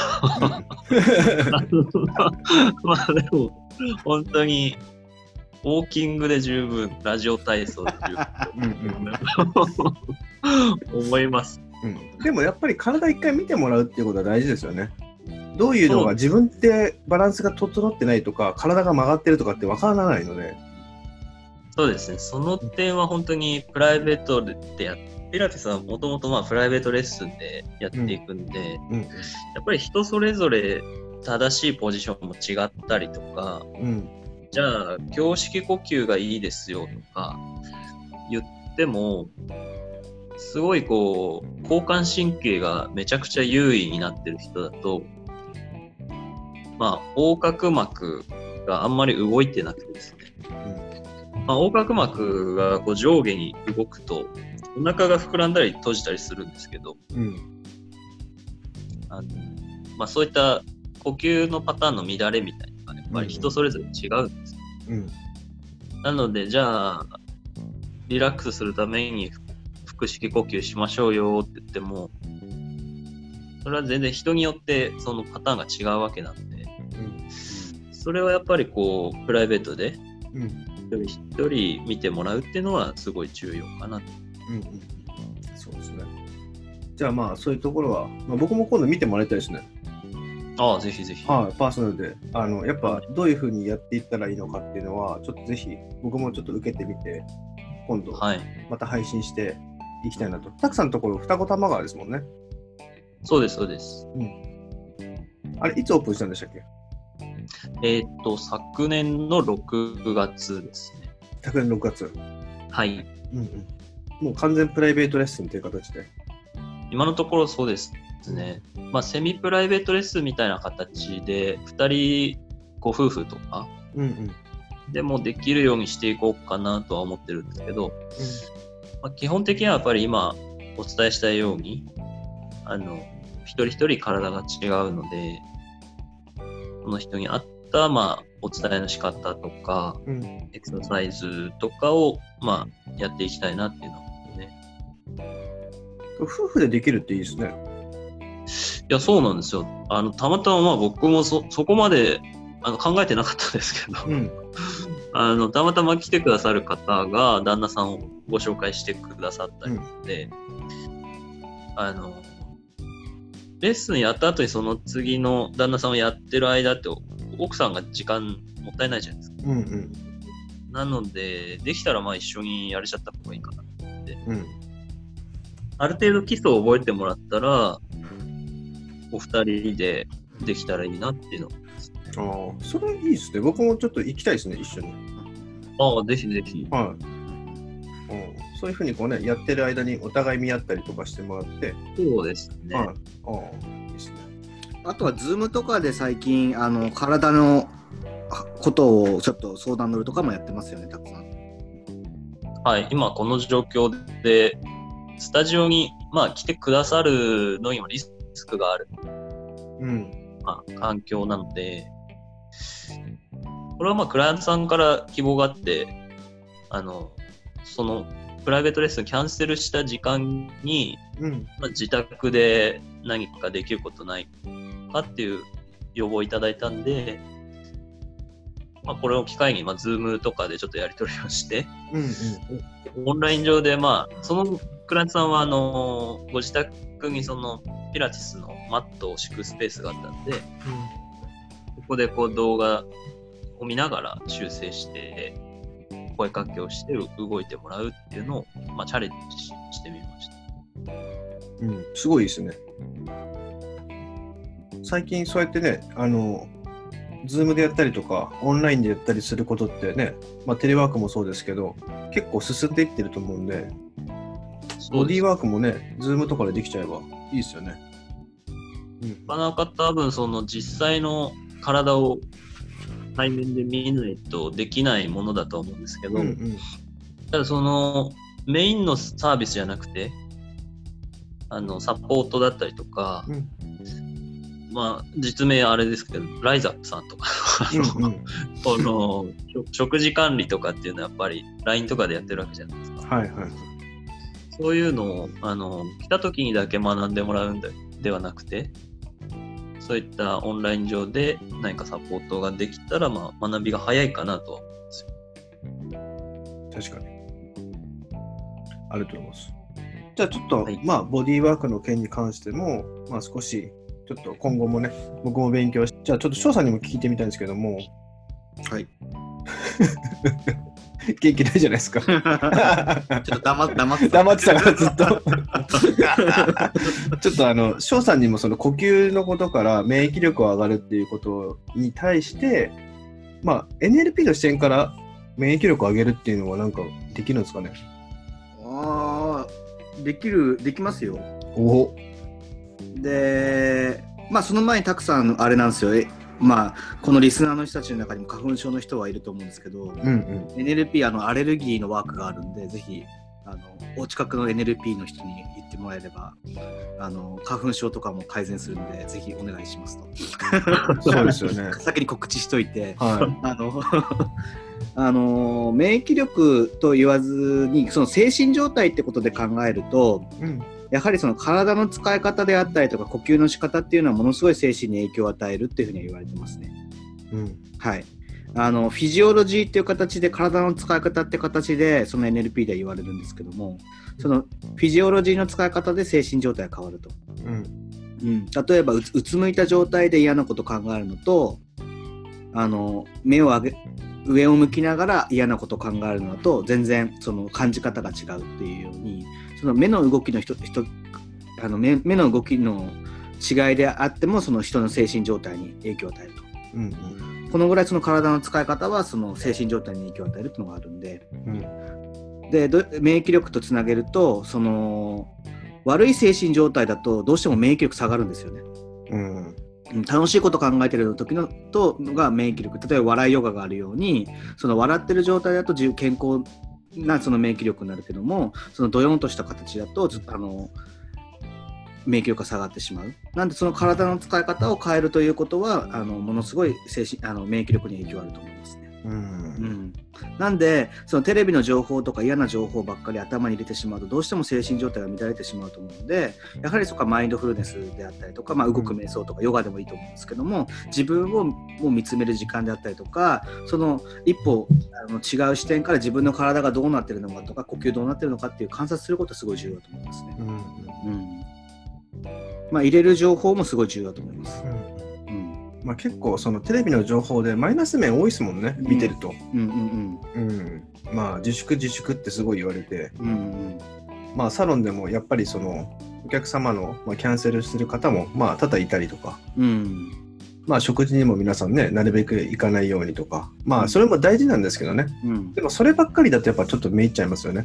まあでも本当にウォーキングで十分、ラジオ体操で十分思います、 でもやっぱり体一回見てもらうっていうことは大事ですよね。どういうのが自分ってバランスが整ってないとか体が曲がってるとかって分からないので。 そうですね。その点は本当にプライベートでピラティスはもともとプライベートレッスンでやっていくんで、やっぱり人それぞれ正しいポジションも違ったりとか、じゃあ胸式呼吸がいいですよとか言っても、すごいこう交感神経がめちゃくちゃ優位になってる人だと、横隔膜があんまり動いてなくてですね、横隔膜がこう上下に動くとお腹が膨らんだり閉じたりするんですけど、そういった呼吸のパターンの乱れみたいなのがやっぱり人それぞれ違うんです、なのでじゃあリラックスするために腹式呼吸しましょうよって言っても、それは全然人によってそのパターンが違うわけなんで、それはやっぱりこうプライベートで一人一人見てもらうっていうのはすごい重要かなと。 そうですね。じゃあそういうところは、僕も今度見てもらいたいですね。 ぜひぜひ。 パーソナルでやっぱどういうふうにやっていったらいいのかっていうのはちょっとぜひ僕もちょっと受けてみて、今度また配信していきたいなと。たくさんのところ双子玉川ですもんね。 そうですそうです。 あれいつオープンしたんでしたっけ？ 昨年の6月ですね。 昨年6月。 はい。 もう完全プライベートレッスンという形で。 今のところそうですね。セミプライベートレッスンみたいな形で、2人ご夫婦とかでもできるようにしていこうかなとは思ってるんですけど、基本的にはやっぱり今お伝えしたように、一人一人体が違うので、その人に合ったお伝えの仕方とか、エクササイズとかをやっていきたいなっていうのはね。 夫婦でできるっていいですね。 いや、そうなんですよ。たまたま僕もそこまで考えてなかったんですけど、たまたま来てくださる方が旦那さんをご紹介してくださったりで、レッスンやった後にその次の旦那さんをやってる間って奥さんが時間もったいないじゃないですか。なのでできたら一緒にやれちゃった方がいいかなと思って、ある程度基礎を覚えてもらったらお二人でできたらいいなっていうのですね。 それいいですね。僕もちょっと行きたいですね、一緒に。 ぜひぜひ。 そういうふうにやってる間にお互い見合ったりとかしてもらって。 そうですね。 いいですね。 あとは Zoom とかで最近体のことをちょっと相談乗るとかもやってますよね、たくさん。 はい、今この状況でスタジオに来てくださるのにもリスクがある、環境なので、これはクライアントさんから希望があって、そのプライベートレッスンキャンセルした時間に、自宅で何かできることないかっていう要望をいただいたんで、 まあ、これを機会に、Zoom とかでちょっとやり取りをして、 うんうん、 オンライン上で、そのクライアントさんは、ご自宅にそのピラティスのマットを敷くスペースがあったんで、ここでこう動画を見ながら修正して、声かけをして動いてもらうっていうのを、チャレンジしてみました。 うん、すごいですね。最近そうやってね、Zoom でやったりとか、オンラインでやったりすることってね、テレワークもそうですけど、結構進んでいってると思うんで、ボディーワークもね、Zoom とかでできちゃえばいいですよね。 なかなか多分その実際の体を対面で見ないとできないものだと思うんですけど、ただそのメインのサービスじゃなくて、サポートだったりとか、実名あれですけど、ライザップさんとかこの食事管理とかっていうのはやっぱり LINE とかでやってるわけじゃないですか。 はいはい。 そういうのを来た時にだけ学んでもらうんではなくて、そういったオンライン上で何かサポートができたら、学びが早いかなとは思うんですよ。 確かに。ありがとうございます。じゃあちょっと、 はい、 ボディーワークの件に関しても、少しちょっと今後もね、僕も勉強して、じゃあちょっと翔さんにも聞いてみたいんですけども、 はい。 元気ないじゃないですか。 ちょっと黙ってたからずっと。ちょっと翔さんにもその呼吸のことから免疫力を上がるっていうことに対して、NLP の視点から免疫力を上げるっていうのはなんかできるんですかね。 できますよ。 おで、その前にたくさんあれなんですよ。このリスナーの人たちの中にも花粉症の人はいると思うんですけど、NLP アレルギーのワークがあるんで、ぜひお近くの NLP の人に言ってもらえれば花粉症とかも改善するんで、ぜひお願いしますと。 そうですよね。 先に告知しといて、 はい、 免疫力と言わずにその精神状態ってことで考えると、やはりその体の使い方であったりとか呼吸の仕方っていうのはものすごい精神に影響を与えるっていうふうには言われてますね。はい。フィジオロジーっていう形で、体の使い方って形でその NLP では言われるんですけども、そのフィジオロジーの使い方で精神状態が変わると。例えばうつむいた状態で嫌なことを考えるのと、目を上を向きながら嫌なことを考えるのと全然その感じ方が違うっていうように、その目の動きの目の動きの違いであってもその人の精神状態に影響を与えると。このぐらいその体の使い方はその精神状態に影響を与えるっていうのがあるんで、で免疫力とつなげると、その悪い精神状態だとどうしても免疫力下がるんですよね。楽しいこと考えてる時のが免疫力、例えば笑いヨガがあるように、その笑ってる状態だと健康なその免疫力になるけども、そのドヨンとした形だと免疫力が下がってしまう。なんでその体の使い方を変えるということはものすごい免疫力に影響あると思いますね。なんでそのテレビの情報とか嫌な情報ばっかり頭に入れてしまうと、どうしても精神状態が乱れてしまうと思うので、やはりそこはマインドフルネスであったりとか、動く瞑想とかヨガでもいいと思うんですけども、自分を見つめる時間であったりとか、その一歩違う視点から自分の体がどうなってるのかとか、呼吸どうなってるのかっていう観察することはすごい重要だと思いますね。入れる情報もすごい重要だと思います。 結構そのテレビの情報でマイナス面多いですもんね、見てると。自粛ってすごい言われて、サロンでもやっぱりそのお客様のキャンセルする方も多々いたりとか、食事にも皆さんね、なるべく行かないようにとか、それも大事なんですけどね、でもそればっかりだとやっぱちょっとめいっちゃいますよね。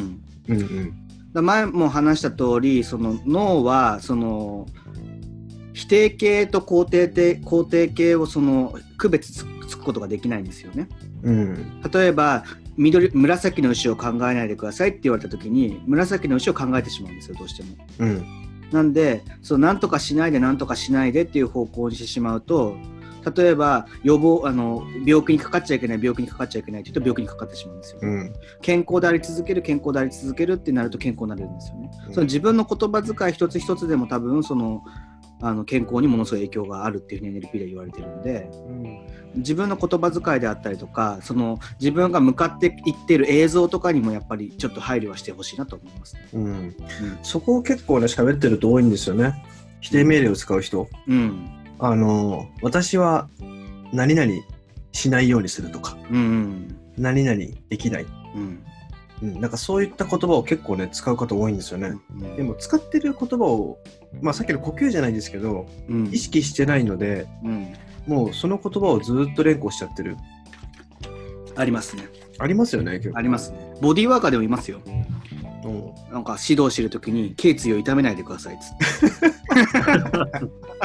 前も話した通り、その脳はその否定形と肯定形をその区別つくことができないんですよね。例えば紫の牛を考えないでくださいって言われた時に、紫の牛を考えてしまうんですよ、どうしても。なんでなんとかしないでなんとかしないでっていう方向にしてしまうと、例えば病気にかかっちゃいけないって言うと病気にかかってしまうんですよ。健康であり続けるってなると健康になれるんですよね。その自分の言葉遣い一つ一つでも多分その健康にものすごい影響があるっていうふうに NLP で言われてるので、自分の言葉遣いであったりとか、その自分が向かっていっている映像とかにもやっぱりちょっと配慮はしてほしいなと思います、ね。 そこを結構ね喋ってると多いんですよね。否定命令を使う人。私は何々しないようにするとか、何々できない。なんかそういった言葉を結構ね使う方多いんですよね。でも使ってる言葉を、さっきの呼吸じゃないですけど、意識してないので、もうその言葉をずっと連呼しちゃってる。 ありますね。 ありますよね。結構ありますね。ボディーワーカーでもいますよ。なんか指導してるときに頸椎を痛めないでくださいっつって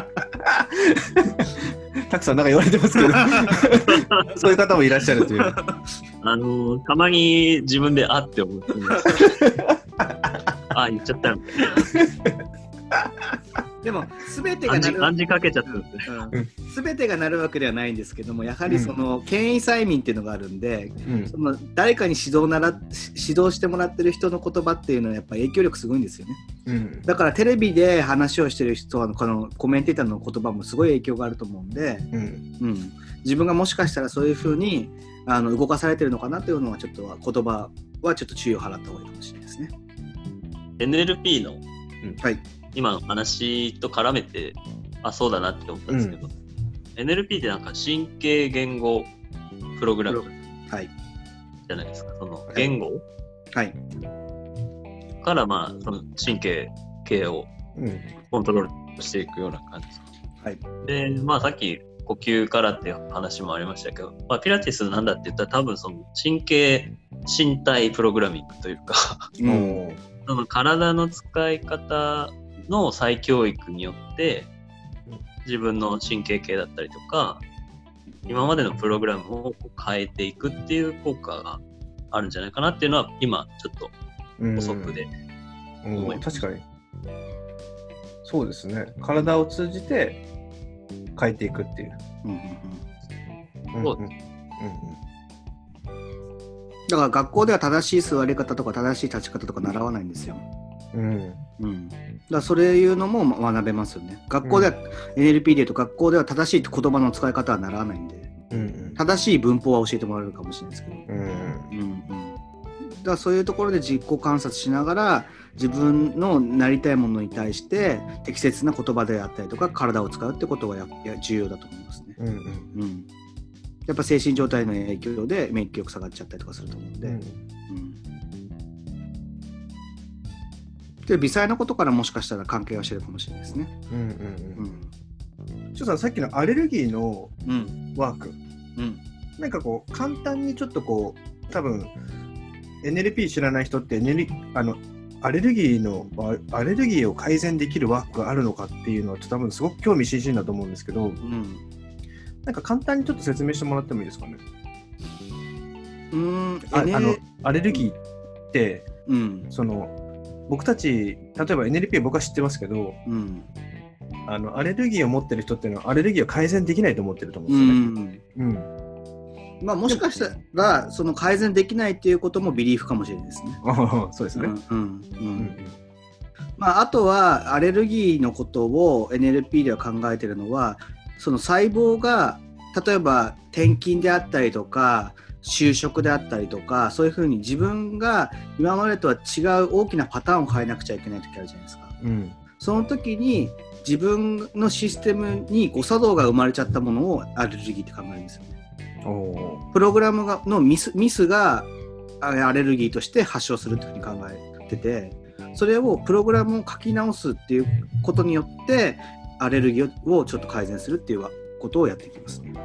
たくさんなんか言われてますけどそういう方もいらっしゃるというたまに自分でって思ってます言っちゃったみたいなでも全てがなる暗示かけちゃった全てがなるわけではないんですけども、やはりその権威催眠っていうのがあるんで、その誰かに指導してもらってる人の言葉っていうのはやっぱり影響力すごいんですよね。だからテレビで話をしてる人はこのコメンテーターの言葉もすごい影響があると思うんで、自分がもしかしたらそういう風に動かされてるのかなというのはちょっと言葉はちょっと注意を払った方がいいかもしれないですね。 NLP の、 はい、 今の話と絡めてそうだなって思ったんですけど、NLP ってなんか神経言語プログラムじゃないですか。その言語、からその神経系をコントロールしていくような感じですか。でさっき呼吸からっていう話もありましたけど、ピラティスなんだって言ったら多分その身体プログラミングというかその体の使い方の再教育によって自分の神経系だったりとか今までのプログラムを変えていくっていう効果があるんじゃないかなっていうのは今ちょっと補足で思います。 確かにそうですね。体を通じて変えていくっていう。 だから学校では正しい座り方とか正しい立ち方とか習わないんですよ。だからそういうのも学べますよね。学校では、NLP でいうと学校では正しい言葉の使い方は習わないんで、正しい文法は教えてもらえるかもしれないですけど、だからそういうところで自己観察しながら自分のなりたいものに対して適切な言葉であったりとか体を使うってことが重要だと思いますね。やっぱ精神状態の影響で免疫力下がっちゃったりとかすると思うんで、で微細なことからもしかしたら関係はしてるかもしれないですね。 ちょっとさっきのアレルギーのワーク、なんかこう簡単にちょっとこう多分 NLP 知らない人ってアレルギーを改善できるワークがあるのかっていうのは多分すごく興味津々だと思うんですけど、なんか簡単にちょっと説明してもらってもいいですかね。アレルギーって、その僕たち例えば NLP は僕は知ってますけど、アレルギーを持ってる人っていうのはアレルギーを改善できないと思ってると思うんですよね。 もしかしたらその改善できないっていうこともビリーフかもしれないですね。 そうですね。 あとはアレルギーのことを NLP では考えているのは、その細胞が例えば転勤であったりとか就職であったりとか、そういうふうに自分が今までとは違う大きなパターンを変えなくちゃいけない時あるじゃないですか。その時に自分のシステムに誤作動が生まれちゃったものをアレルギーって考えるんですよね。プログラムのミスがアレルギーとして発症するというふうに考えてて、それをプログラムを書き直すっていうことによってアレルギーをちょっと改善するっていうことをやっていきますね。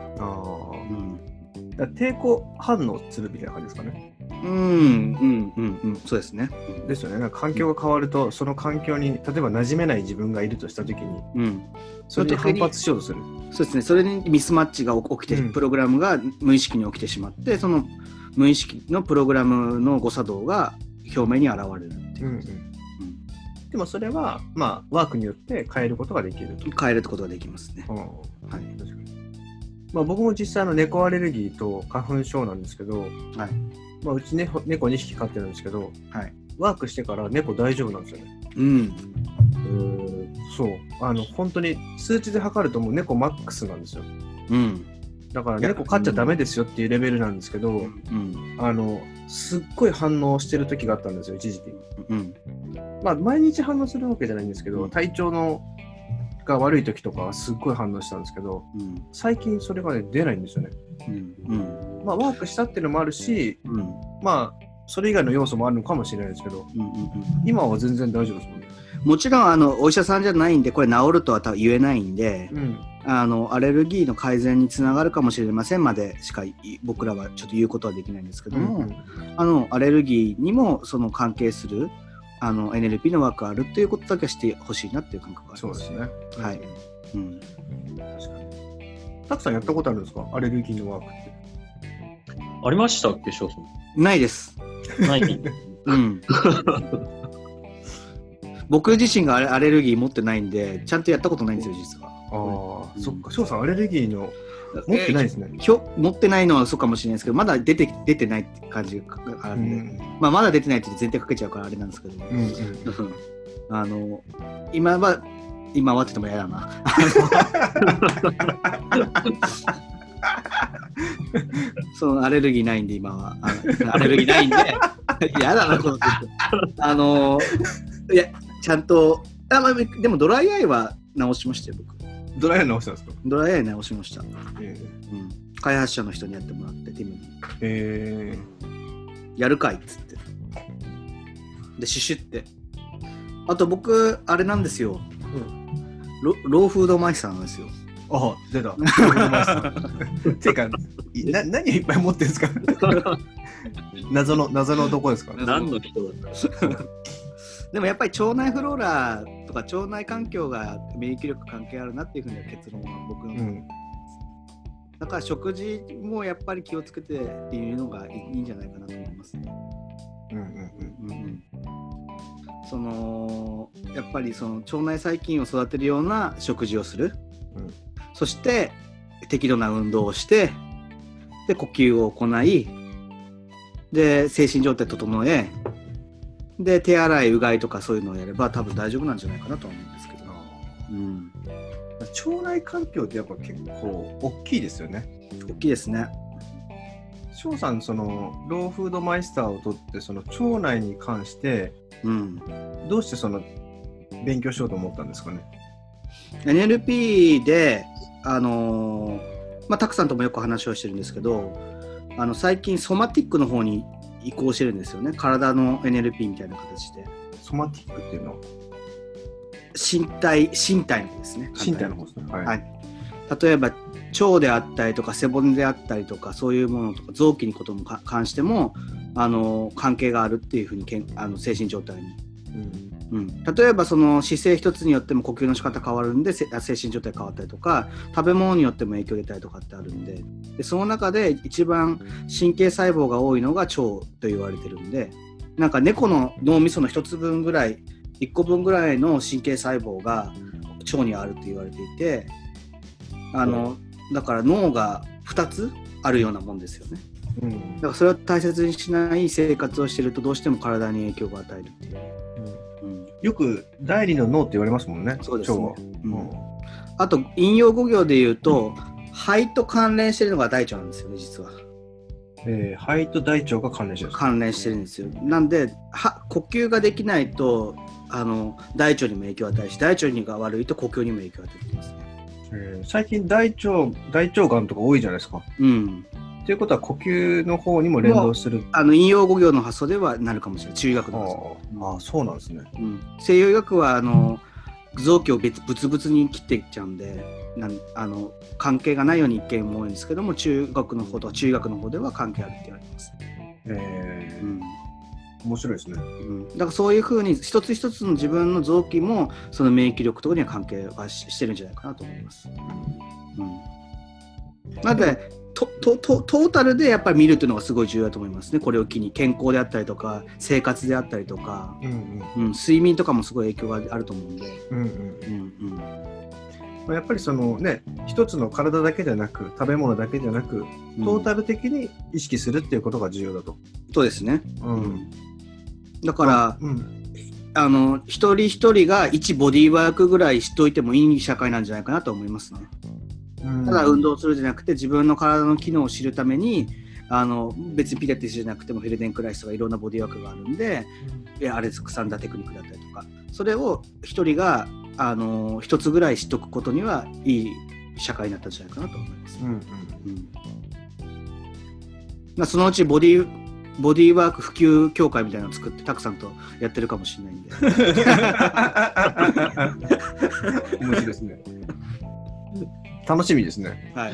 抵抗反応するみたいな感じですかね。 そうですね。 ですよね。なんか環境が変わると、その環境に例えば馴染めない自分がいるとしたときに、それに反発しようとする。 そうですね。それにミスマッチが起きて、プログラムが無意識に起きてしまって、その無意識のプログラムの誤作動が表面に現れるっていう。 でもそれはワークによって変えることができると。 変えることができますね。 僕も実際猫アレルギーと花粉症なんですけど、うち猫2匹飼ってるんですけど、ワークしてから猫大丈夫なんですよね。 そう、本当に数値で測るともう猫マックスなんですよ。だから猫飼っちゃダメですよっていうレベルなんですけど、すっごい反応してる時があったんですよ、一時期。まあ毎日反応するわけじゃないんですけど、体調が悪い時とかはすっごい反応したんですけど、最近それがね出ないんですよね。まあワークしたっていうのもあるし、まあそれ以外の要素もあるのかもしれないですけど、今は全然大丈夫ですもんね。 もちろんお医者さんじゃないんでこれ治るとは多分言えないんで、アレルギーの改善につながるかもしれませんまでしか僕らはちょっと言うことはできないんですけども、アレルギーにもその関係するNLP のワークがあるっていうことだけはしてほしいなっていう感覚があります。 そうですね。 はい。 確かに。たくさんやったことあるんですか、アレルギーのワークって。 ありましたっけ、翔さん。 ないです。 ない。 僕自身がアレルギー持ってないんでちゃんとやったことないんですよ実は。 そっか、翔さんアレルギーの持ってないですね。 持ってないのはそうかもしれないですけど、まだ出てないって感じがあるんで、まだ出てないって前提かけちゃうからあれなんですけど、今はって言っても嫌だな。そのアレルギーないんで今はアレルギーないんで嫌だなこのいやちゃんとでもドライアイは直しましたよ僕。 ドライアイ直したんですか？ ドライアイ直しました。開発者の人にやってもらってティムに。やるかいっつってでシュシュって。あと僕あれなんですよ、ローフードマイスターなんですよ。 あ、出た。てか何をいっぱい持ってるんですか？謎のどこですか？ 何の人だったの？ でもやっぱり腸内フローラとか腸内環境が免疫力関係あるなっていうふうな結論は僕の、だから食事もやっぱり気をつけてっていうのがいいんじゃないかなと思いますね。やっぱりその腸内細菌を育てるような食事をする、そして適度な運動をしてで呼吸を行いで精神状態整えで手洗いうがいとかそういうのをやれば多分大丈夫なんじゃないかなと思うんですけど、腸内環境ってやっぱ結構大きいですよね。 大きいですね。 翔さんそのローフードマイスターを取ってその腸内に関して、どうしてその勉強しようと思ったんですかね。 NLP でたくさんともよく話をしてるんですけど最近ソマティックの方に移行してるんですよね。体の NLP みたいな形で。 ソマティックっていうのは身体の方ですね。 身体の方ですね。はい。 例えば腸であったりとか背骨であったりとかそういうものとか臓器にことも関しても関係があるっていうふうに精神状態に。例えばその姿勢一つによっても呼吸の仕方変わるんで精神状態変わったりとか食べ物によっても影響出たりとかってあるんで、その中で一番神経細胞が多いのが腸と言われてるんで、なんか猫の脳みその1つ分ぐらい1個分ぐらいの神経細胞が腸にあると言われていてだから脳が2つあるようなもんですよね。だからそれを大切にしない生活をしているとどうしても体に影響が与えるっていう。 よく第二の脳って言われますもんね。 そうですね。あと引用語行で言うと、肺と関連してるのが大腸なんですよね実は。 肺と大腸が関連してるんですか？関連してるんですよ。なんで呼吸ができないと大腸にも影響を与えるし、大腸が悪いと呼吸にも影響を与えてきますね。 最近大腸がんとか多いじゃないですか。ということは呼吸の方にも連動する。 引用語行の発想ではなるかもしれない。中医学の発想。そうなんですね。 西洋医学は臓器をブツブツに切っていっちゃうんで関係がないように一見思うんですけども、中学の方とか中医学の方では関係あるって言われてます。 面白いですね。 だからそういうふうに一つ一つの自分の臓器もその免疫力とかには関係はしてるんじゃないかなと思います。なのでトータルでやっぱり見るというのがすごい重要だと思いますね。これを機に健康であったりとか生活であったりとか、睡眠とかもすごい影響があると思うんで、 やっぱりそのね、一つの体だけじゃなく食べ物だけじゃなくトータル的に意識するっていうことが重要だと。 そうですね。だから、 一人一人が1ボディーワークぐらいしといてもいい社会なんじゃないかなと思いますね。ただ運動するじゃなくて、自分の体の機能を知るために別にピラティスじゃなくてもフェルデンクライスとかいろんなボディーワークがあるんで、アレクサンダーテクニックだったりとか、それを一人が一つぐらい知っとくことにはいい社会になったんじゃないかなと思います。そのうちボディーワーク普及協会みたいなのを作ってたくさんとやってるかもしれないんで。 面白いですね。楽しみですね。 はい。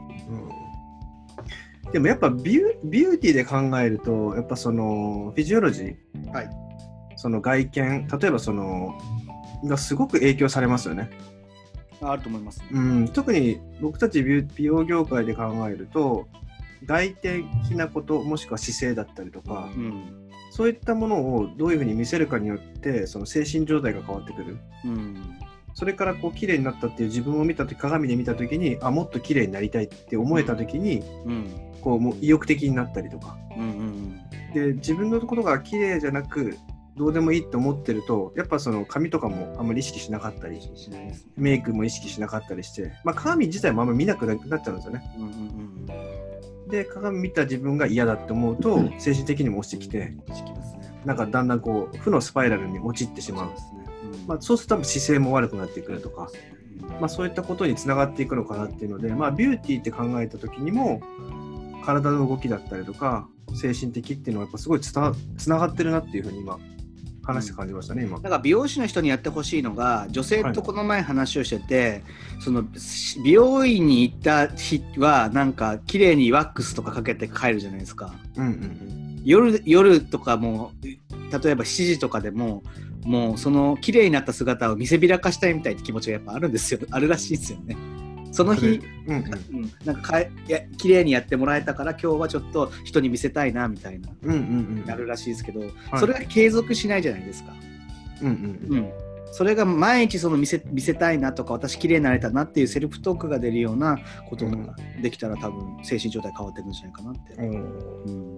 でもやっぱビューティーで考えると、やっぱそのフィジオロジー、 はい、 その外見、例えばがすごく影響されますよね。 あると思います、 特に僕たち美容業界で考えると、外的なこと、もしくは姿勢だったりとか、そういったものをどういうふうに見せるかによって、その精神状態が変わってくる。それから綺麗になったっていう自分を見たとき、鏡で見たときに、もっと綺麗になりたいって思えたときに、もう意欲的になったりとか、で自分のことが綺麗じゃなくどうでもいいって思ってると、やっぱその髪とかもあんまり意識しなかったり、メイクも意識しなかったりして、鏡自体もあんまり見なくなっちゃうんですよね。で鏡見た自分が嫌だって思うと、精神的にも落ちてきて、なんかだんだん負のスパイラルに陥ってしまう。そうすると多分姿勢も悪くなってくるとか、そういったことにつながっていくのかなっていうので、ビューティーって考えた時にも体の動きだったりとか精神的っていうのはやっぱすごいつながってるなっていうふうに今話して感じましたね。今美容師の人にやってほしいのが、女性とこの前話をしてて、その美容院に行った日はなんか綺麗にワックスとかかけて帰るじゃないですか。夜とかも例えば7時とかでももうその綺麗になった姿を見せびらかしたいみたいって気持ちがやっぱあるんですよ。あるらしいですよね。その日、なんか綺麗にやってもらえたから今日はちょっと人に見せたいなみたいな、なるらしいですけど、それが継続しないじゃないですか。それが毎日その見せたいなとか、私綺麗になれたなっていうセルフトークが出るようなことができたら、多分精神状態変わっていくんじゃないかなって。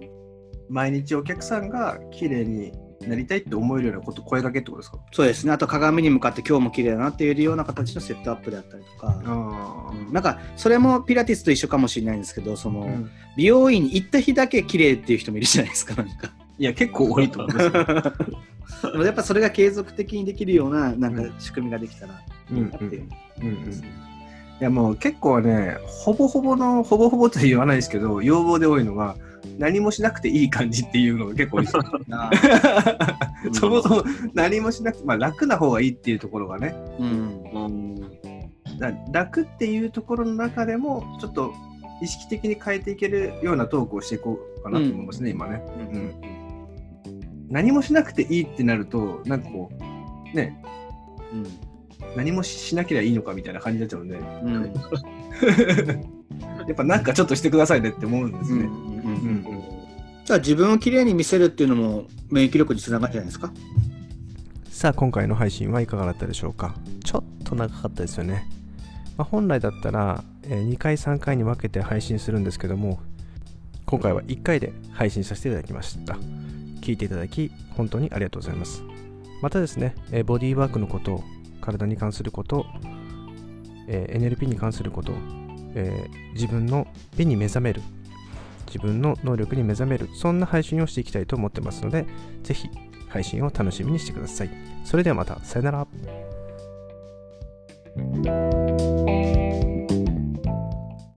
毎日お客さんが綺麗になりたいって思えるようなこと、声掛けってことですか？ そうですね。あと鏡に向かって今日も綺麗だなっていうような形のセットアップであったりとか、なんかそれもピラティスと一緒かもしれないんですけど、その、美容院に行った日だけ綺麗っていう人もいるじゃないですか。なんかいや結構多いと思いますでもやっぱそれが継続的にできるようななんか仕組みができたらいいなっていう。いやもう結構ね、ほぼほぼとは言わないですけど、要望で多いのが何もしなくていい感じっていうのが結構多いですそもそも何もしなくて、楽な方がいいっていうところがね、楽っていうところの中でもちょっと意識的に変えていけるようなトークをしていこうかなと思いますね、今ね。何もしなくていいってなると、なんかね、何もしなければいいのかみたいな感じになっちゃうんで、やっぱなんかちょっとしてくださいねって思うんですね。 じゃあ自分をきれいに見せるっていうのも免疫力につながるんじゃないですか。 さあ今回の配信はいかがだったでしょうか。ちょっと長かったですよね。本来だったら2回3回に分けて配信するんですけども、今回は1回で配信させていただきました。聞いていただき本当にありがとうございます。またですね、ボディーワークのこと、体に関すること、NLP に関すること、自分の美に目覚める、自分の能力に目覚める、そんな配信をしていきたいと思ってますので、ぜひ配信を楽しみにしてください。それではまた、さよなら。